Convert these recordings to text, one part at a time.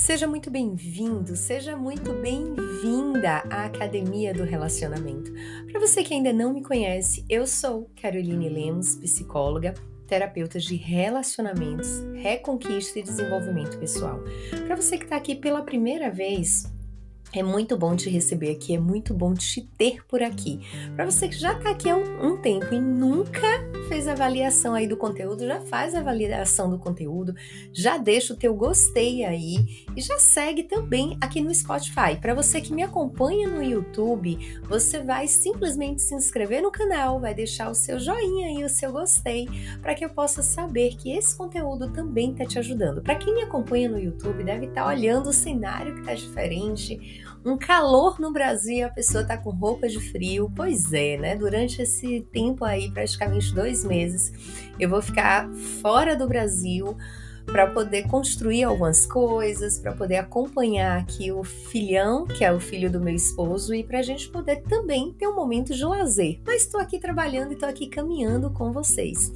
Seja muito bem-vindo, seja muito bem-vinda à Academia do Relacionamento. Para você que ainda não me conhece, eu sou Caroline Lemos, psicóloga, terapeuta de relacionamentos, reconquista e desenvolvimento pessoal. Para você que está aqui pela primeira vez, é muito bom te receber aqui, é muito bom te ter por aqui. Para você que já está aqui há um tempo e nunca fez avaliação aí do conteúdo, já faz a avaliação do conteúdo, já deixa o teu gostei aí e já segue também aqui no Spotify. Para você que me acompanha no YouTube, você vai simplesmente se inscrever no canal, vai deixar o seu joinha aí, o seu gostei, para que eu possa saber que esse conteúdo também está te ajudando. Para quem me acompanha no YouTube, deve estar olhando o cenário que está diferente, um calor no Brasil, a pessoa tá com roupa de frio. Pois é, né? Durante esse tempo aí, praticamente 2 meses, eu vou ficar fora do Brasil para poder construir algumas coisas, para poder acompanhar aqui o filhão, que é o filho do meu esposo, e para a gente poder também ter um momento de lazer. Mas estou aqui trabalhando e estou aqui caminhando com vocês.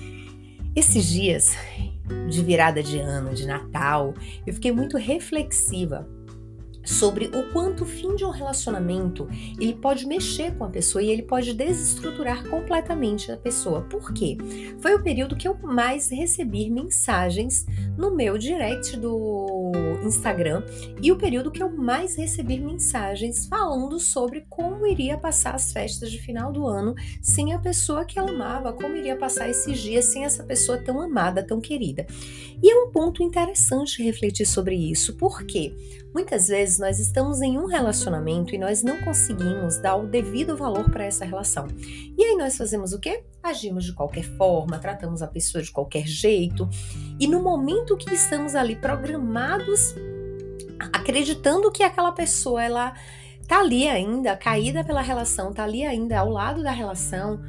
Esses dias de virada de ano, de Natal, eu fiquei muito reflexiva sobre o quanto o fim de um relacionamento ele pode mexer com a pessoa e ele pode desestruturar completamente a pessoa. Por quê? Foi o período que eu mais recebi mensagens no meu direct do Instagram e o período que eu mais recebi mensagens falando sobre como iria passar as festas de final do ano sem a pessoa que ela amava, como iria passar esses dias sem essa pessoa tão amada, tão querida. E é um ponto interessante refletir sobre isso, porque muitas vezes nós estamos em um relacionamento e nós não conseguimos dar o devido valor para essa relação. E aí nós fazemos o quê? Agimos de qualquer forma, tratamos a pessoa de qualquer jeito. E no momento que estamos ali programados, acreditando que aquela pessoa ela tá ali ainda, caída pela relação, tá ali ainda ao lado da relação,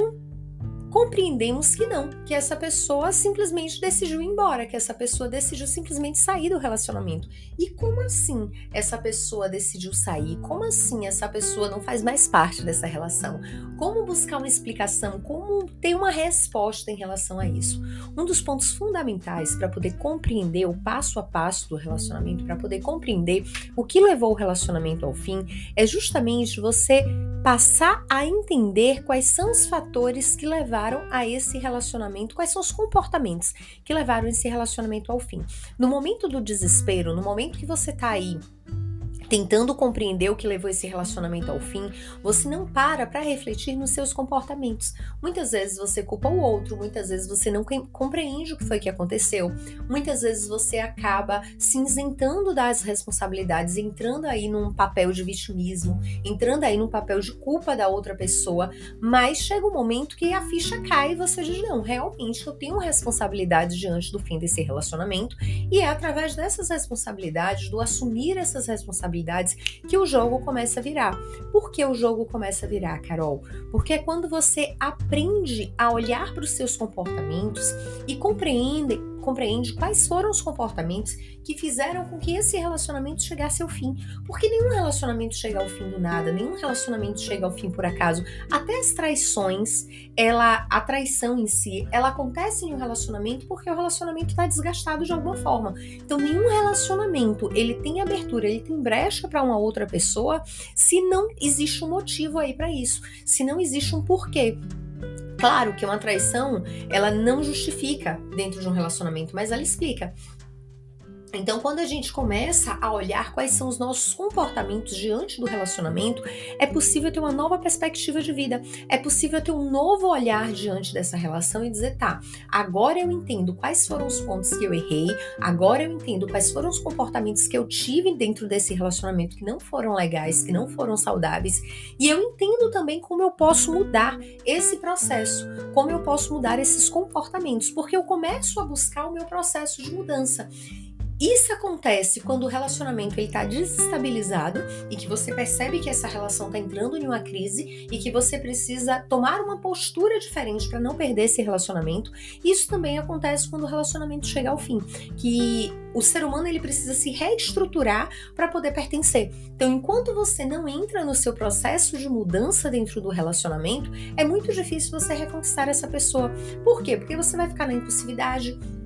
compreendemos que não, que essa pessoa simplesmente decidiu ir embora, que essa pessoa decidiu simplesmente sair do relacionamento. E como assim essa pessoa decidiu sair? Como assim essa pessoa não faz mais parte dessa relação? Como buscar uma explicação? Como ter uma resposta em relação a isso? Um dos pontos fundamentais para poder compreender o passo a passo do relacionamento, para poder compreender o que levou o relacionamento ao fim, é justamente você passar a entender quais são os fatores que levaram a esse relacionamento, quais são os comportamentos que levaram esse relacionamento ao fim. No momento do desespero, no momento que você tá aí tentando compreender o que levou esse relacionamento ao fim, você não para refletir nos seus comportamentos. Muitas vezes você culpa o outro, muitas vezes você não compreende o que foi que aconteceu, muitas vezes você acaba se isentando das responsabilidades, entrando aí num papel de vitimismo, entrando aí num papel de culpa da outra pessoa, mas chega um momento que a ficha cai e você diz, não, realmente eu tenho responsabilidade diante do fim desse relacionamento e é através dessas responsabilidades, do assumir essas responsabilidades, que o jogo começa a virar. Por que o jogo começa a virar, Carol? Porque é quando você aprende a olhar para os seus comportamentos e compreende quais foram os comportamentos que fizeram com que esse relacionamento chegasse ao fim. Porque nenhum relacionamento chega ao fim do nada, nenhum relacionamento chega ao fim por acaso. Até as traições, a traição em si, ela acontece em um relacionamento porque o relacionamento está desgastado de alguma forma. Então, nenhum relacionamento, ele tem abertura, ele tem brecha para uma outra pessoa se não existe um motivo aí para isso, se não existe um porquê. Claro que uma traição, ela não justifica dentro de um relacionamento, mas ela explica. Então, quando a gente começa a olhar quais são os nossos comportamentos diante do relacionamento, é possível ter uma nova perspectiva de vida, é possível ter um novo olhar diante dessa relação e dizer, tá, agora eu entendo quais foram os pontos que eu errei, agora eu entendo quais foram os comportamentos que eu tive dentro desse relacionamento que não foram legais, que não foram saudáveis, e eu entendo também como eu posso mudar esse processo, como eu posso mudar esses comportamentos, porque eu começo a buscar o meu processo de mudança. Isso acontece quando o relacionamento está desestabilizado e que você percebe que essa relação está entrando em uma crise e que você precisa tomar uma postura diferente para não perder esse relacionamento. Isso também acontece quando o relacionamento chega ao fim, que o ser humano ele precisa se reestruturar para poder pertencer. Então, enquanto você não entra no seu processo de mudança dentro do relacionamento, é muito difícil você reconquistar essa pessoa. Por quê? Porque você vai ficar na impulsividade,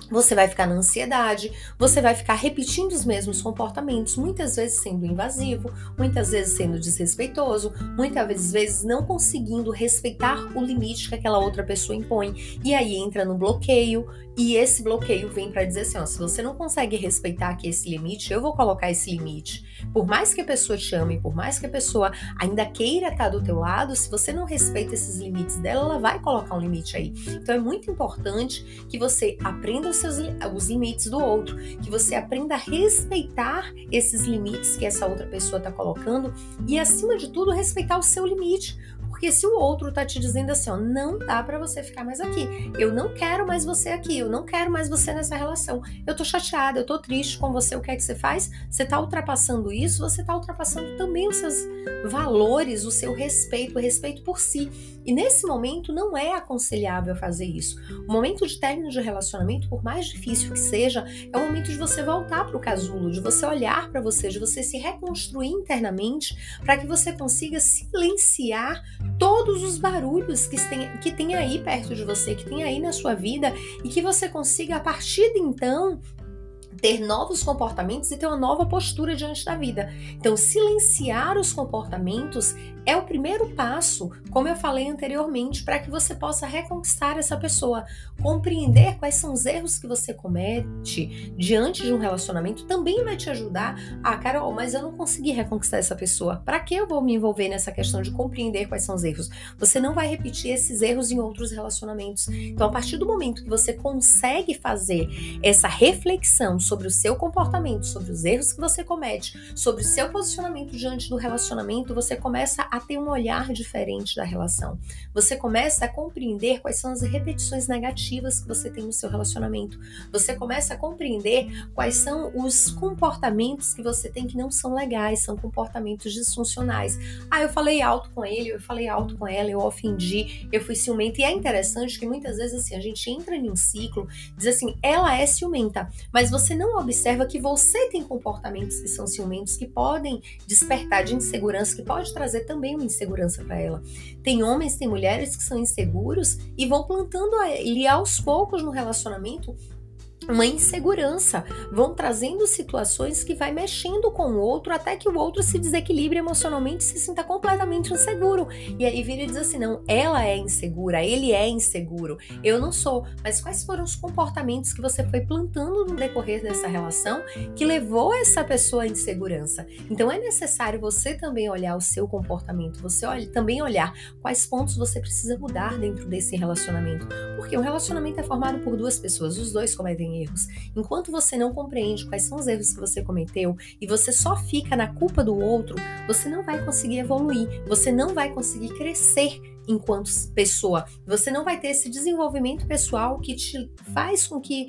Você vai ficar na ansiedade, você vai ficar repetindo os mesmos comportamentos, muitas vezes sendo invasivo, muitas vezes sendo desrespeitoso, muitas vezes não conseguindo respeitar o limite que aquela outra pessoa impõe. E aí entra no bloqueio, e esse bloqueio vem para dizer assim, ó, se você não consegue respeitar aqui esse limite, eu vou colocar esse limite. Por mais que a pessoa te ame, por mais que a pessoa ainda queira estar do teu lado, se você não respeita esses limites dela, ela vai colocar um limite aí. Então é muito importante que você aprenda os limites do outro, que você aprenda a respeitar esses limites que essa outra pessoa está colocando e, acima de tudo, respeitar o seu limite. Porque se o outro tá te dizendo assim, ó, não dá pra você ficar mais aqui, eu não quero mais você aqui, eu não quero mais você nessa relação, eu tô chateada, eu tô triste com você, o que é que você faz? Você tá ultrapassando isso, você tá ultrapassando também os seus valores, o seu respeito, o respeito por si. E nesse momento não é aconselhável fazer isso. O momento de término de relacionamento, por mais difícil que seja, é o momento de você voltar pro casulo, de você olhar pra você, de você se reconstruir internamente, para que você consiga silenciar todos os barulhos que tem aí perto de você, que tem aí na sua vida, e que você consiga, a partir de então, ter novos comportamentos e ter uma nova postura diante da vida. Então, silenciar os comportamentos é o primeiro passo, como eu falei anteriormente, para que você possa reconquistar essa pessoa. Compreender quais são os erros que você comete diante de um relacionamento também vai te ajudar. Ah, Carol, mas eu não consegui reconquistar essa pessoa. Para que eu vou me envolver nessa questão de compreender quais são os erros? Você não vai repetir esses erros em outros relacionamentos. Então, a partir do momento que você consegue fazer essa reflexão sobre o seu comportamento, sobre os erros que você comete, sobre o seu posicionamento diante do relacionamento, você começa a ter um olhar diferente da relação. Você começa a compreender quais são as repetições negativas que você tem no seu relacionamento. Você começa a compreender quais são os comportamentos que você tem que não são legais, são comportamentos disfuncionais. Ah, eu falei alto com ele, eu falei alto com ela, eu ofendi, eu fui ciumenta. E é interessante que muitas vezes assim, a gente entra em um ciclo, diz assim, ela é ciumenta, mas você não observa que você tem comportamentos que são ciumentos, que podem despertar de insegurança, que pode trazer também uma insegurança para ela. Tem homens, tem mulheres que são inseguros e vão plantando ali aos poucos no relacionamento uma insegurança, vão trazendo situações que vai mexendo com o outro até que o outro se desequilibre emocionalmente e se sinta completamente inseguro. E aí vira e diz assim, não, ela é insegura, ele é inseguro, eu não sou. Mas quais foram os comportamentos que você foi plantando no decorrer dessa relação que levou essa pessoa à insegurança? Então é necessário você também olhar o seu comportamento, você também olhar quais pontos você precisa mudar dentro desse relacionamento. Porque um relacionamento é formado por duas pessoas, os dois cometem erros. Enquanto você não compreende quais são os erros que você cometeu e você só fica na culpa do outro, você não vai conseguir evoluir, você não vai conseguir crescer enquanto pessoa. Você não vai ter esse desenvolvimento pessoal que te faz com que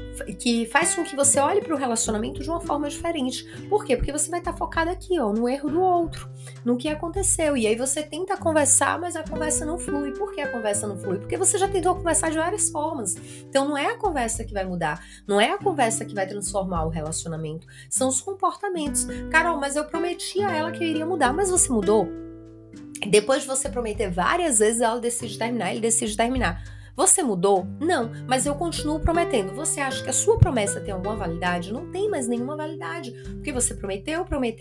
você olhe para o relacionamento de uma forma diferente. Por quê? Porque você vai estar focado aqui, ó, no erro do outro, no que aconteceu. E aí você tenta conversar, mas a conversa não flui. Por que a conversa não flui? Porque você já tentou conversar de várias formas. Então não é a conversa que vai mudar, não é a conversa que vai transformar o relacionamento, são os comportamentos. Carol, mas eu prometi a ela que eu iria mudar, mas você mudou? Depois de você prometer várias vezes, ela decide terminar, ele decide terminar. Você mudou? Não, mas eu continuo prometendo. Você acha que a sua promessa tem alguma validade? Não tem mais nenhuma validade, porque você prometeu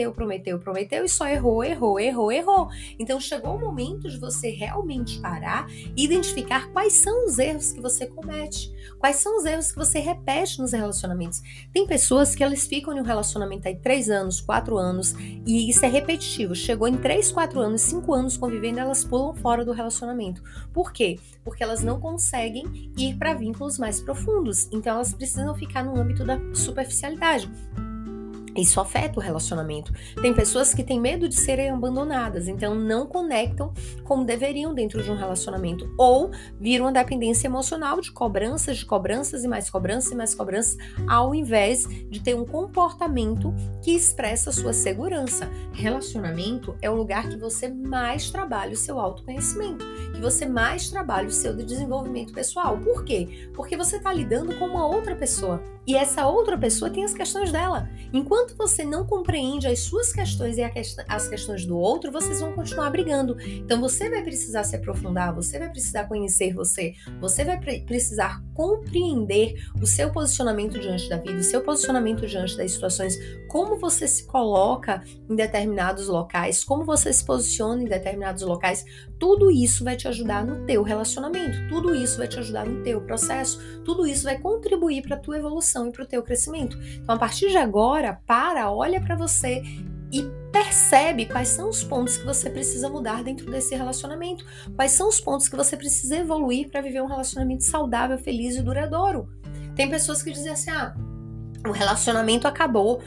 e só errou. Então chegou o momento de você realmente parar e identificar quais são os erros que você comete, quais são os erros que você repete nos relacionamentos. Tem pessoas que elas ficam em um relacionamento aí 3 anos, 4 anos, e isso é repetitivo. Chegou em 3, 4 anos, 5 anos convivendo, elas pulam fora do relacionamento. Por quê? Porque elas não conseguem ir para vínculos mais profundos. Então elas precisam ficar no âmbito da superficialidade. Isso afeta o relacionamento. Tem pessoas que têm medo de serem abandonadas, então não conectam como deveriam dentro de um relacionamento. Ou viram uma dependência emocional de cobranças e mais cobranças, ao invés de ter um comportamento que expressa a sua segurança. Relacionamento é o lugar que você mais trabalha o seu autoconhecimento, que você mais trabalha o seu desenvolvimento pessoal. Por quê? Porque você está lidando com uma outra pessoa. E essa outra pessoa tem as questões dela. Enquanto enquanto você não compreende as suas questões e as questões do outro, vocês vão continuar brigando. Então você vai precisar se aprofundar, você vai precisar conhecer você vai precisar compreender o seu posicionamento diante da vida, o seu posicionamento diante das situações, como você se coloca em determinados locais, como você se posiciona em determinados locais. Tudo isso vai te ajudar no teu relacionamento, tudo isso vai te ajudar no teu processo, tudo isso vai contribuir para a tua evolução e para o teu crescimento. Então, a partir de agora, olha para você e percebe quais são os pontos que você precisa mudar dentro desse relacionamento, quais são os pontos que você precisa evoluir para viver um relacionamento saudável, feliz e duradouro. Tem pessoas que dizem assim, o relacionamento acabou,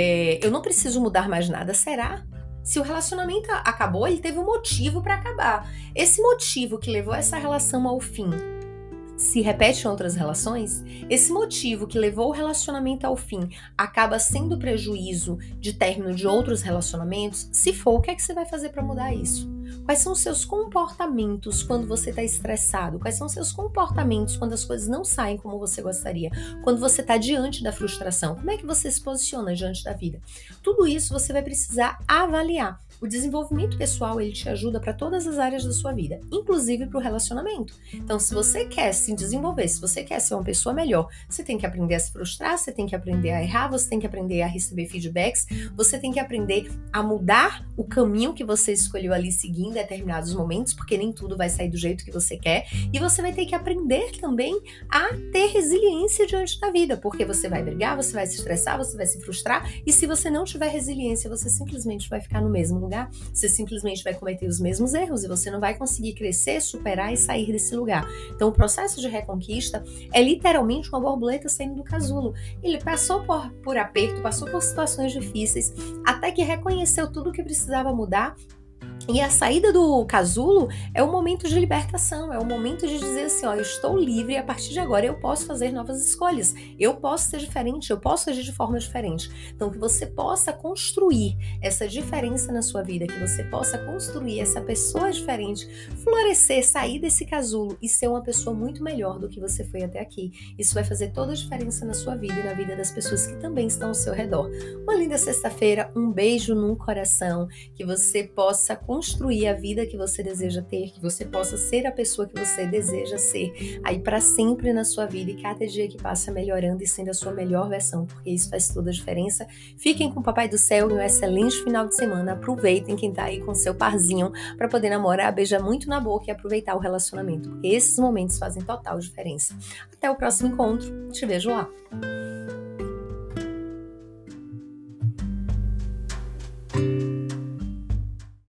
eu não preciso mudar mais nada. Será? Se o relacionamento acabou, ele teve um motivo para acabar. Esse motivo que levou essa relação ao fim se repete em outras relações? Esse motivo que levou o relacionamento ao fim acaba sendo prejuízo de término de outros relacionamentos? Se for, o que é que você vai fazer para mudar isso? Quais são os seus comportamentos quando você está estressado? Quais são os seus comportamentos quando as coisas não saem como você gostaria? Quando você está diante da frustração? Como é que você se posiciona diante da vida? Tudo isso você vai precisar avaliar. O desenvolvimento pessoal, ele te ajuda para todas as áreas da sua vida, inclusive para o relacionamento. Então, se você quer se desenvolver, se você quer ser uma pessoa melhor, você tem que aprender a se frustrar, você tem que aprender a errar, você tem que aprender a receber feedbacks, você tem que aprender a mudar o caminho que você escolheu ali seguir em determinados momentos, porque nem tudo vai sair do jeito que você quer, e você vai ter que aprender também a ter resiliência diante da vida, porque você vai brigar, você vai se estressar, você vai se frustrar, e se você não tiver resiliência, você simplesmente vai ficar no mesmo lugar, você simplesmente vai cometer os mesmos erros e você não vai conseguir crescer, superar e sair desse lugar. Então, o processo de reconquista é literalmente uma borboleta saindo do casulo. Ele passou por aperto, passou por situações difíceis, até que reconheceu tudo o que precisava mudar. E a saída do casulo é um momento de libertação, é um momento de dizer assim, eu estou livre e a partir de agora eu posso fazer novas escolhas, eu posso ser diferente, eu posso agir de forma diferente. Então, que você possa construir essa diferença na sua vida, que você possa construir essa pessoa diferente, florescer, sair desse casulo e ser uma pessoa muito melhor do que você foi até aqui. Isso vai fazer toda a diferença na sua vida e na vida das pessoas que também estão ao seu redor. Uma linda sexta-feira, um beijo no coração, que você possa construir a vida que você deseja ter, que você possa ser a pessoa que você deseja ser, aí para sempre na sua vida, e cada dia que passa melhorando e sendo a sua melhor versão, porque isso faz toda a diferença. Fiquem com o Papai do Céu e um excelente final de semana. Aproveitem quem tá aí com seu parzinho para poder namorar, beijar muito na boca e aproveitar o relacionamento, porque esses momentos fazem total diferença. Até o próximo encontro, te vejo lá.